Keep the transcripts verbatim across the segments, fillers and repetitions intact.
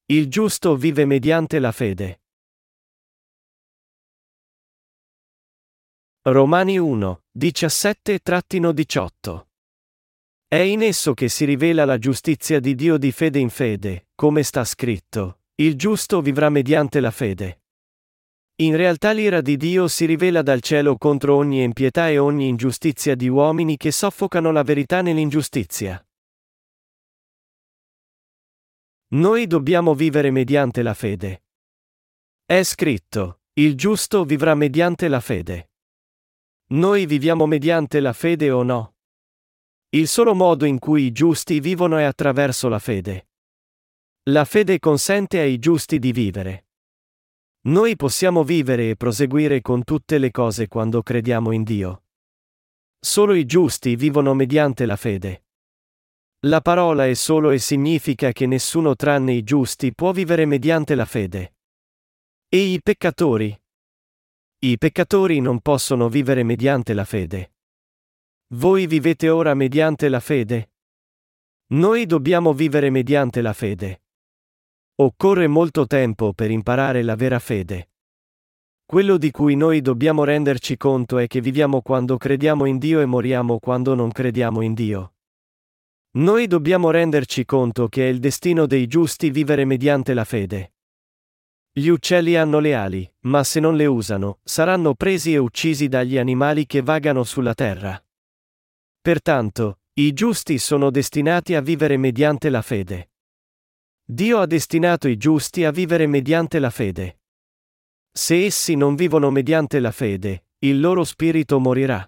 Il giusto vive mediante la fede. Romani uno, diciassette diciotto. È in esso che si rivela la giustizia di Dio di fede in fede, come sta scritto, il giusto vivrà mediante la fede. In realtà l'ira di Dio si rivela dal cielo contro ogni impietà e ogni ingiustizia di uomini che soffocano la verità nell'ingiustizia. Noi dobbiamo vivere mediante la fede. È scritto, il giusto vivrà mediante la fede. Noi viviamo mediante la fede o no? Il solo modo in cui i giusti vivono è attraverso la fede. La fede consente ai giusti di vivere. Noi possiamo vivere e proseguire con tutte le cose quando crediamo in Dio. Solo i giusti vivono mediante la fede. La parola è solo e significa che nessuno tranne i giusti può vivere mediante la fede. E i peccatori? I peccatori non possono vivere mediante la fede. Voi vivete ora mediante la fede? Noi dobbiamo vivere mediante la fede. Occorre molto tempo per imparare la vera fede. Quello di cui noi dobbiamo renderci conto è che viviamo quando crediamo in Dio e moriamo quando non crediamo in Dio. Noi dobbiamo renderci conto che è il destino dei giusti vivere mediante la fede. Gli uccelli hanno le ali, ma se non le usano, saranno presi e uccisi dagli animali che vagano sulla terra. Pertanto, i giusti sono destinati a vivere mediante la fede. Dio ha destinato i giusti a vivere mediante la fede. Se essi non vivono mediante la fede, il loro spirito morirà.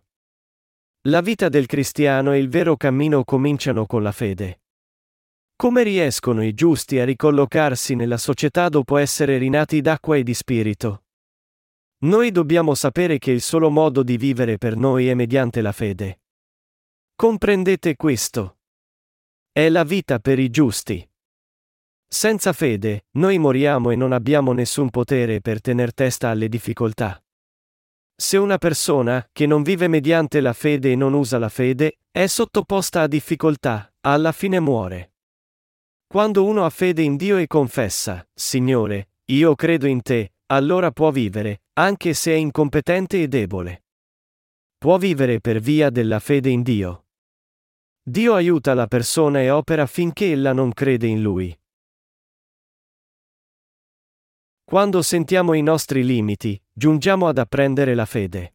La vita del cristiano e il vero cammino cominciano con la fede. Come riescono i giusti a ricollocarsi nella società dopo essere rinati d'acqua e di spirito? Noi dobbiamo sapere che il solo modo di vivere per noi è mediante la fede. Comprendete questo? È la vita per i giusti. Senza fede, noi moriamo e non abbiamo nessun potere per tener testa alle difficoltà. Se una persona, che non vive mediante la fede e non usa la fede, è sottoposta a difficoltà, alla fine muore. Quando uno ha fede in Dio e confessa, Signore, io credo in te, allora può vivere, anche se è incompetente e debole. Può vivere per via della fede in Dio. Dio aiuta la persona e opera finché ella non crede in Lui. Quando sentiamo i nostri limiti, giungiamo ad apprendere la fede.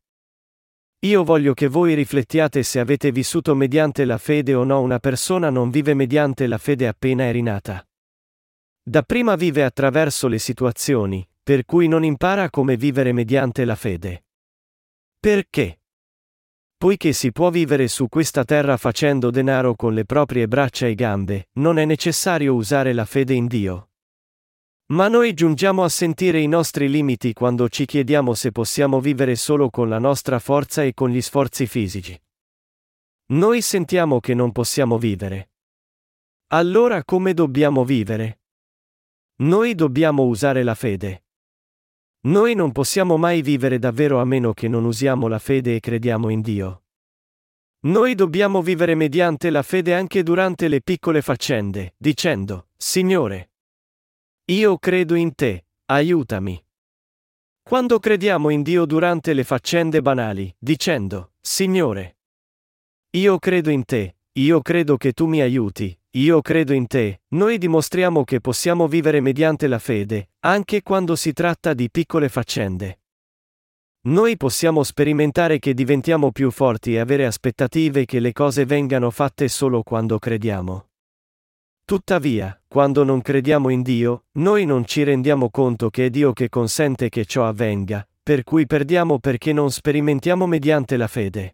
Io voglio che voi riflettiate se avete vissuto mediante la fede o no. Una persona non vive mediante la fede appena è rinata. Dapprima vive attraverso le situazioni, per cui non impara come vivere mediante la fede. Perché? Poiché si può vivere su questa terra facendo denaro con le proprie braccia e gambe, non è necessario usare la fede in Dio. Ma noi giungiamo a sentire i nostri limiti quando ci chiediamo se possiamo vivere solo con la nostra forza e con gli sforzi fisici. Noi sentiamo che non possiamo vivere. Allora come dobbiamo vivere? Noi dobbiamo usare la fede. Noi non possiamo mai vivere davvero a meno che non usiamo la fede e crediamo in Dio. Noi dobbiamo vivere mediante la fede anche durante le piccole faccende, dicendo, Signore, io credo in te, aiutami. Quando crediamo in Dio durante le faccende banali, dicendo, Signore, io credo in te, io credo che tu mi aiuti, io credo in te, noi dimostriamo che possiamo vivere mediante la fede, anche quando si tratta di piccole faccende. Noi possiamo sperimentare che diventiamo più forti e avere aspettative che le cose vengano fatte solo quando crediamo. Tuttavia, quando non crediamo in Dio, noi non ci rendiamo conto che è Dio che consente che ciò avvenga, per cui perdiamo perché non sperimentiamo mediante la fede.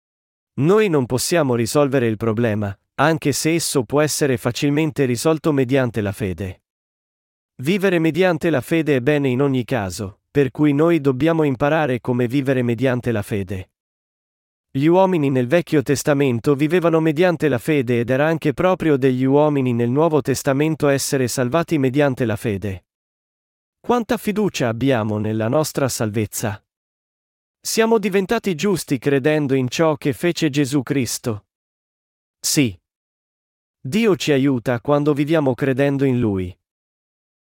Noi non possiamo risolvere il problema, anche se esso può essere facilmente risolto mediante la fede. Vivere mediante la fede è bene in ogni caso, per cui noi dobbiamo imparare come vivere mediante la fede. Gli uomini nel Vecchio Testamento vivevano mediante la fede ed era anche proprio degli uomini nel Nuovo Testamento essere salvati mediante la fede. Quanta fiducia abbiamo nella nostra salvezza? Siamo diventati giusti credendo in ciò che fece Gesù Cristo? Sì. Dio ci aiuta quando viviamo credendo in Lui.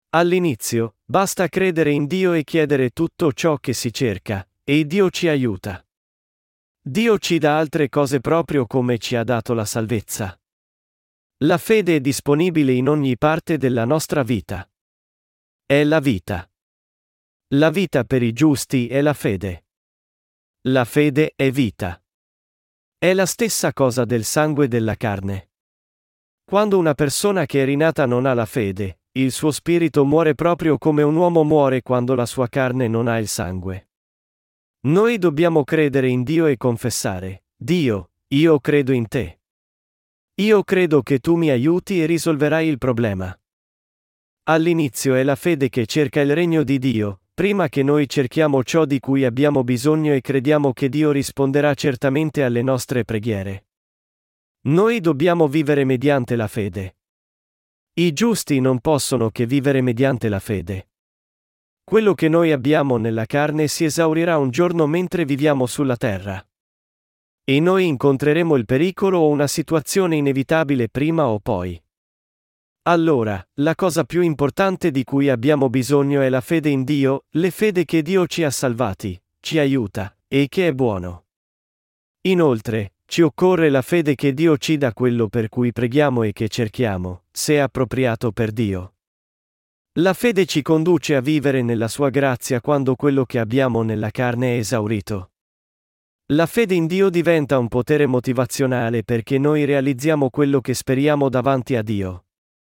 All'inizio, basta credere in Dio e chiedere tutto ciò che si cerca, e Dio ci aiuta. Dio ci dà altre cose proprio come ci ha dato la salvezza. La fede è disponibile in ogni parte della nostra vita. È la vita. La vita per i giusti è la fede. La fede è vita. È la stessa cosa del sangue della carne. Quando una persona che è rinata non ha la fede, il suo spirito muore proprio come un uomo muore quando la sua carne non ha il sangue. Noi dobbiamo credere in Dio e confessare: Dio, io credo in te. Io credo che tu mi aiuti e risolverai il problema. All'inizio è la fede che cerca il regno di Dio, prima che noi cerchiamo ciò di cui abbiamo bisogno e crediamo che Dio risponderà certamente alle nostre preghiere. Noi dobbiamo vivere mediante la fede. I giusti non possono che vivere mediante la fede. Quello che noi abbiamo nella carne si esaurirà un giorno mentre viviamo sulla terra. E noi incontreremo il pericolo o una situazione inevitabile prima o poi. Allora, la cosa più importante di cui abbiamo bisogno è la fede in Dio, la fede che Dio ci ha salvati, ci aiuta, e che è buono. Inoltre, ci occorre la fede che Dio ci dà quello per cui preghiamo e che cerchiamo, se è appropriato per Dio. La fede ci conduce a vivere nella sua grazia quando quello che abbiamo nella carne è esaurito. La fede in Dio diventa un potere motivazionale perché noi realizziamo quello che speriamo davanti a Dio.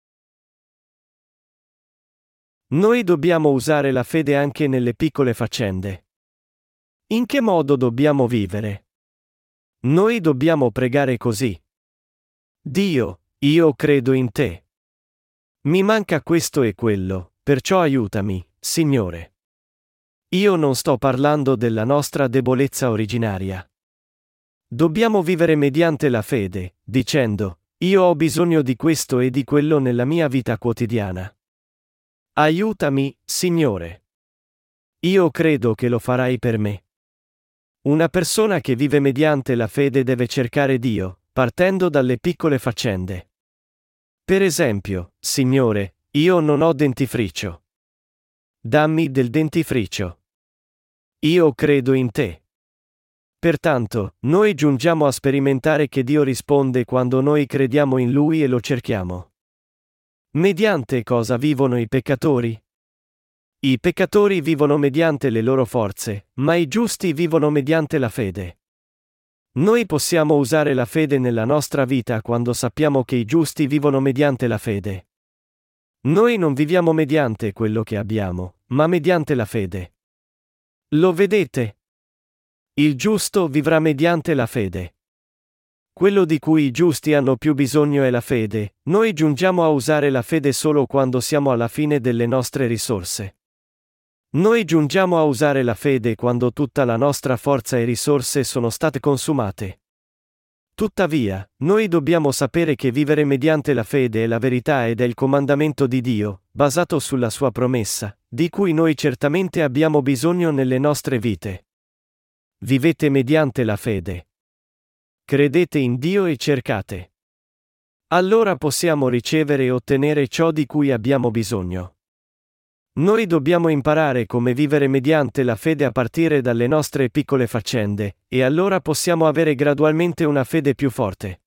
Noi dobbiamo usare la fede anche nelle piccole faccende. In che modo dobbiamo vivere? Noi dobbiamo pregare così: Dio, io credo in te. Mi manca questo e quello, perciò aiutami, Signore. Io non sto parlando della nostra debolezza originaria. Dobbiamo vivere mediante la fede, dicendo: io ho bisogno di questo e di quello nella mia vita quotidiana. Aiutami, Signore. Io credo che lo farai per me. Una persona che vive mediante la fede deve cercare Dio, partendo dalle piccole faccende. Per esempio, Signore, io non ho dentifricio. Dammi del dentifricio. Io credo in te. Pertanto, noi giungiamo a sperimentare che Dio risponde quando noi crediamo in Lui e lo cerchiamo. Mediante cosa vivono i peccatori? I peccatori vivono mediante le loro forze, ma i giusti vivono mediante la fede. Noi possiamo usare la fede nella nostra vita quando sappiamo che i giusti vivono mediante la fede. Noi non viviamo mediante quello che abbiamo, ma mediante la fede. Lo vedete? Il giusto vivrà mediante la fede. Quello di cui i giusti hanno più bisogno è la fede, noi giungiamo a usare la fede solo quando siamo alla fine delle nostre risorse. Noi giungiamo a usare la fede quando tutta la nostra forza e risorse sono state consumate. Tuttavia, noi dobbiamo sapere che vivere mediante la fede è la verità ed è il comandamento di Dio, basato sulla sua promessa, di cui noi certamente abbiamo bisogno nelle nostre vite. Vivete mediante la fede. Credete in Dio e cercate. Allora possiamo ricevere e ottenere ciò di cui abbiamo bisogno. Noi dobbiamo imparare come vivere mediante la fede a partire dalle nostre piccole faccende, e allora possiamo avere gradualmente una fede più forte.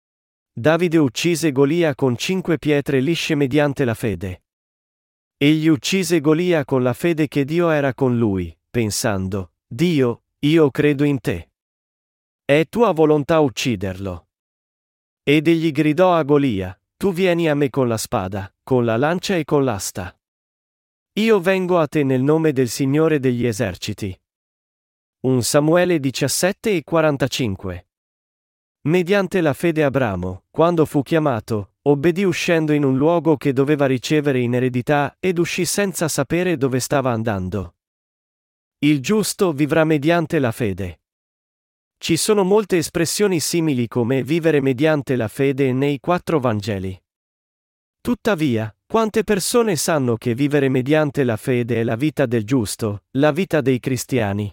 Davide uccise Golia con cinque pietre lisce mediante la fede. Egli uccise Golia con la fede che Dio era con lui, pensando: Dio, io credo in te. È tua volontà ucciderlo. Ed egli gridò a Golia: tu vieni a me con la spada, con la lancia e con l'asta. Io vengo a te nel nome del Signore degli eserciti. primo Samuele diciassette e quarantacinque. Mediante la fede Abramo, quando fu chiamato, obbedì uscendo in un luogo che doveva ricevere in eredità, ed uscì senza sapere dove stava andando. Il giusto vivrà mediante la fede. Ci sono molte espressioni simili come vivere mediante la fede nei quattro Vangeli. Tuttavia, quante persone sanno che vivere mediante la fede è la vita del giusto, la vita dei cristiani?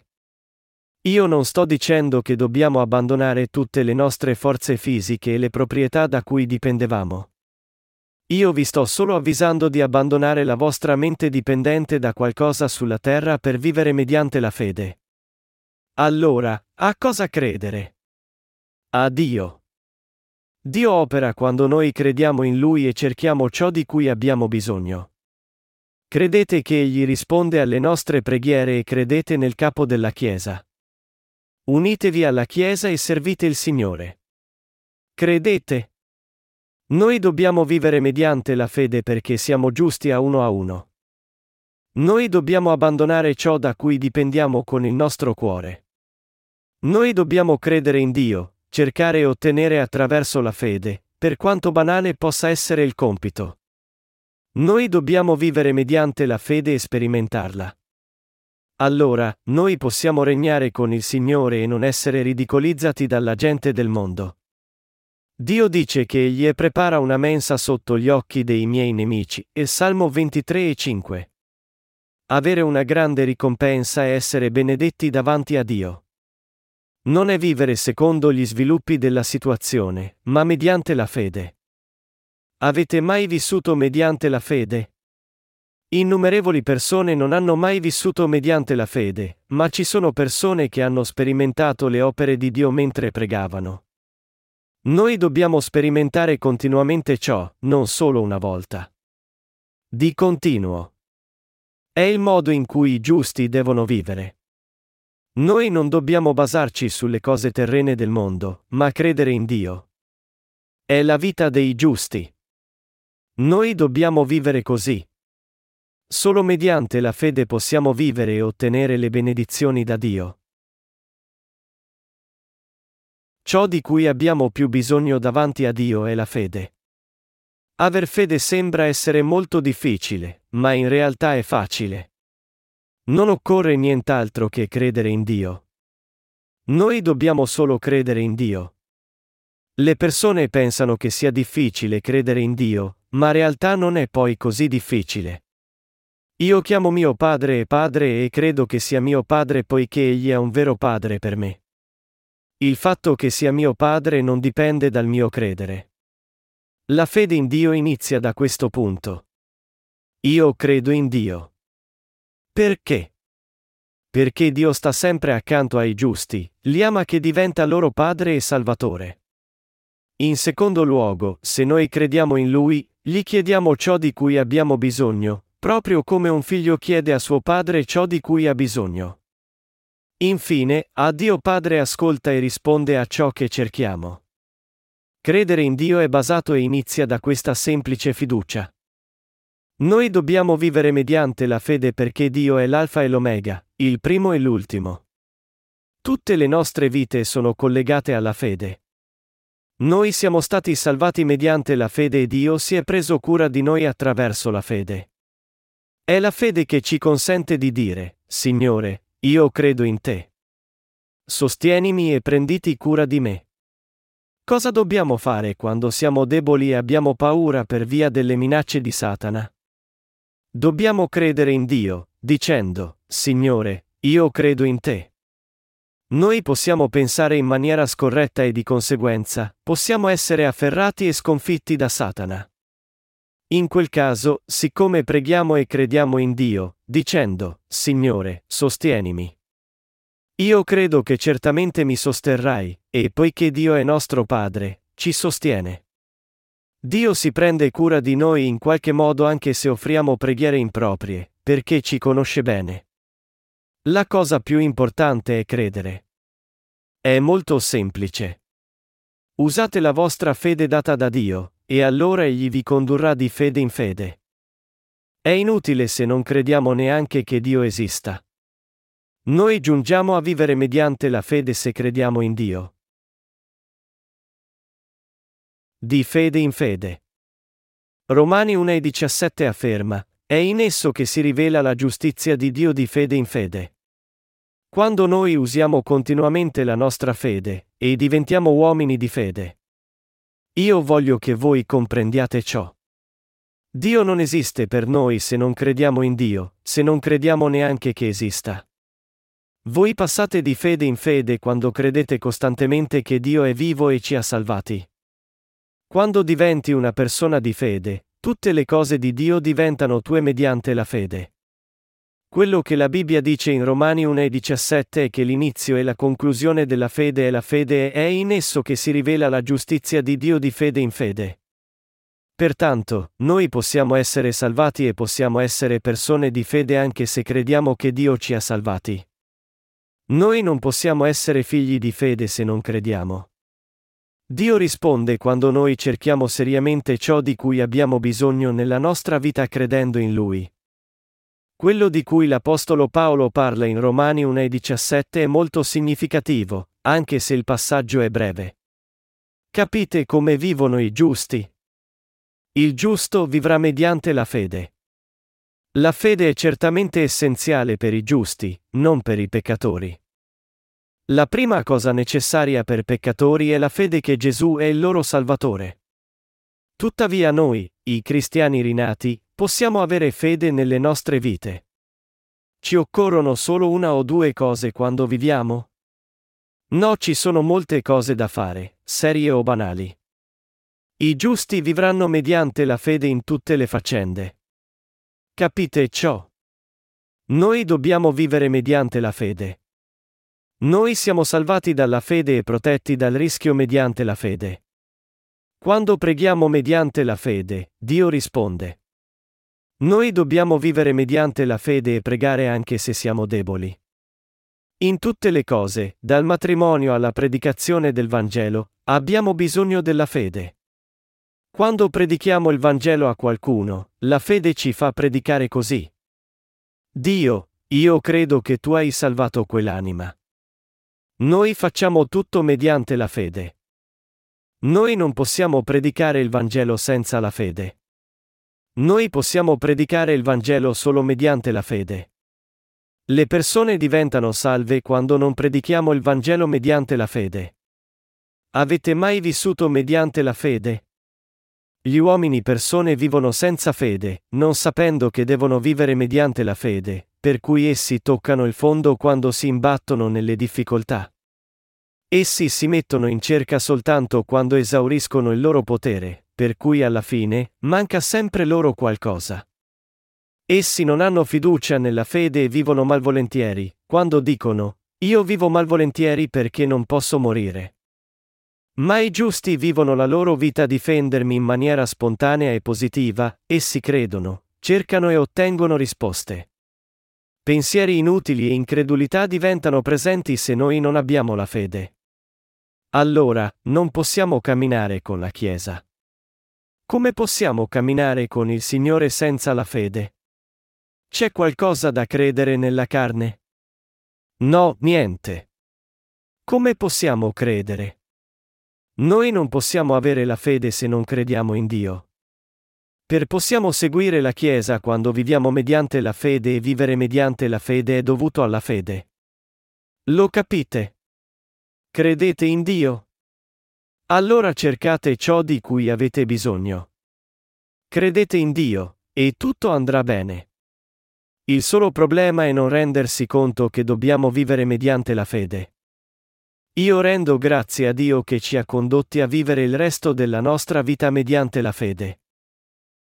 Io non sto dicendo che dobbiamo abbandonare tutte le nostre forze fisiche e le proprietà da cui dipendevamo. Io vi sto solo avvisando di abbandonare la vostra mente dipendente da qualcosa sulla terra per vivere mediante la fede. Allora, a cosa credere? A Dio. Dio opera quando noi crediamo in Lui e cerchiamo ciò di cui abbiamo bisogno. Credete che Egli risponde alle nostre preghiere e credete nel capo della Chiesa. Unitevi alla Chiesa e servite il Signore. Credete? Noi dobbiamo vivere mediante la fede perché siamo giusti a uno a uno. Noi dobbiamo abbandonare ciò da cui dipendiamo con il nostro cuore. Noi dobbiamo credere in Dio, cercare e ottenere attraverso la fede, per quanto banale possa essere il compito. Noi dobbiamo vivere mediante la fede e sperimentarla. Allora, noi possiamo regnare con il Signore e non essere ridicolizzati dalla gente del mondo. Dio dice che Egli prepara una mensa sotto gli occhi dei miei nemici, e Salmo ventitré e cinque. Avere una grande ricompensa è essere benedetti davanti a Dio. Non è vivere secondo gli sviluppi della situazione, ma mediante la fede. Avete mai vissuto mediante la fede? Innumerevoli persone non hanno mai vissuto mediante la fede, ma ci sono persone che hanno sperimentato le opere di Dio mentre pregavano. Noi dobbiamo sperimentare continuamente ciò, non solo una volta. Di continuo. È il modo in cui i giusti devono vivere. Noi non dobbiamo basarci sulle cose terrene del mondo, ma credere in Dio. È la vita dei giusti. Noi dobbiamo vivere così. Solo mediante la fede possiamo vivere e ottenere le benedizioni da Dio. Ciò di cui abbiamo più bisogno davanti a Dio è la fede. Aver fede sembra essere molto difficile, ma in realtà è facile. Non occorre nient'altro che credere in Dio. Noi dobbiamo solo credere in Dio. Le persone pensano che sia difficile credere in Dio, ma in realtà non è poi così difficile. Io chiamo mio padre padre e credo che sia mio padre poiché egli è un vero padre per me. Il fatto che sia mio padre non dipende dal mio credere. La fede in Dio inizia da questo punto. Io credo in Dio. Perché? Perché Dio sta sempre accanto ai giusti, li ama che diventa loro Padre e Salvatore. In secondo luogo, se noi crediamo in Lui, gli chiediamo ciò di cui abbiamo bisogno, proprio come un figlio chiede a suo padre ciò di cui ha bisogno. Infine, a Dio Padre ascolta e risponde a ciò che cerchiamo. Credere in Dio è basato e inizia da questa semplice fiducia. Noi dobbiamo vivere mediante la fede perché Dio è l'Alfa e l'Omega, il primo e l'ultimo. Tutte le nostre vite sono collegate alla fede. Noi siamo stati salvati mediante la fede e Dio si è preso cura di noi attraverso la fede. È la fede che ci consente di dire, Signore, io credo in te. Sostienimi e prenditi cura di me. Cosa dobbiamo fare quando siamo deboli e abbiamo paura per via delle minacce di Satana? Dobbiamo credere in Dio, dicendo, Signore, io credo in te. Noi possiamo pensare in maniera scorretta e di conseguenza, possiamo essere afferrati e sconfitti da Satana. In quel caso, siccome preghiamo e crediamo in Dio, dicendo, Signore, sostienimi. Io credo che certamente mi sosterrai, e poiché Dio è nostro Padre, ci sostiene. Dio si prende cura di noi in qualche modo anche se offriamo preghiere improprie, perché ci conosce bene. La cosa più importante è credere. È molto semplice. Usate la vostra fede data da Dio, e allora Egli vi condurrà di fede in fede. È inutile se non crediamo neanche che Dio esista. Noi giungiamo a vivere mediante la fede se crediamo in Dio. Di fede in fede. Romani uno e diciassette afferma, è in esso che si rivela la giustizia di Dio di fede in fede. Quando noi usiamo continuamente la nostra fede, e diventiamo uomini di fede. Io voglio che voi comprendiate ciò. Dio non esiste per noi se non crediamo in Dio, se non crediamo neanche che esista. Voi passate di fede in fede quando credete costantemente che Dio è vivo e ci ha salvati. Quando diventi una persona di fede, Tutte le cose di Dio diventano tue mediante la fede. Quello che la Bibbia dice in Romani uno e diciassette è che l'inizio e la conclusione della fede è la fede e è in esso che si rivela la giustizia di Dio di fede in fede. Pertanto, noi possiamo essere salvati e possiamo essere persone di fede anche se crediamo che Dio ci ha salvati. Noi non possiamo essere figli di fede se non crediamo. Dio risponde quando noi cerchiamo seriamente ciò di cui abbiamo bisogno nella nostra vita credendo in Lui. Quello di cui l'Apostolo Paolo parla in Romani uno e diciassette è molto significativo, anche se il passaggio è breve. Capite come vivono i giusti? Il giusto vivrà mediante la fede. La fede è certamente essenziale per i giusti, non per i peccatori. La prima cosa necessaria per peccatori è la fede che Gesù è il loro Salvatore. Tuttavia noi, i cristiani rinati, possiamo avere fede nelle nostre vite. Ci occorrono solo una o due cose quando viviamo? No, ci sono molte cose da fare, serie o banali. I giusti vivranno mediante la fede in tutte le faccende. Capite ciò? Noi dobbiamo vivere mediante la fede. Noi siamo salvati dalla fede e protetti dal rischio mediante la fede. Quando preghiamo mediante la fede, Dio risponde. Noi dobbiamo vivere mediante la fede e pregare anche se siamo deboli. In tutte le cose, dal matrimonio alla predicazione del Vangelo, abbiamo bisogno della fede. Quando predichiamo il Vangelo a qualcuno, la fede ci fa predicare così. Dio, io credo che tu hai salvato quell'anima. Noi facciamo tutto mediante la fede. Noi non possiamo predicare il Vangelo senza la fede. Noi possiamo predicare il Vangelo solo mediante la fede. Le persone diventano salve quando non predichiamo il Vangelo mediante la fede. Avete mai vissuto mediante la fede? Gli uomini persone vivono senza fede, non sapendo che devono vivere mediante la fede, per cui essi toccano il fondo quando si imbattono nelle difficoltà. Essi si mettono in cerca soltanto quando esauriscono il loro potere, per cui alla fine, manca sempre loro qualcosa. Essi non hanno fiducia nella fede e vivono malvolentieri, quando dicono, io vivo malvolentieri perché non posso morire. Ma i giusti vivono la loro vita a difendermi in maniera spontanea e positiva, essi credono, cercano e ottengono risposte. Pensieri inutili e incredulità diventano presenti se noi non abbiamo la fede. Allora, non possiamo camminare con la Chiesa. Come possiamo camminare con il Signore senza la fede? C'è qualcosa da credere nella carne? No, niente. Come possiamo credere? Noi non possiamo avere la fede se non crediamo in Dio. Per possiamo seguire la Chiesa quando viviamo mediante la fede e vivere mediante la fede è dovuto alla fede. Lo capite? Credete in Dio? Allora cercate ciò di cui avete bisogno. Credete in Dio, e tutto andrà bene. Il solo problema è non rendersi conto che dobbiamo vivere mediante la fede. Io rendo grazie a Dio che ci ha condotti a vivere il resto della nostra vita mediante la fede.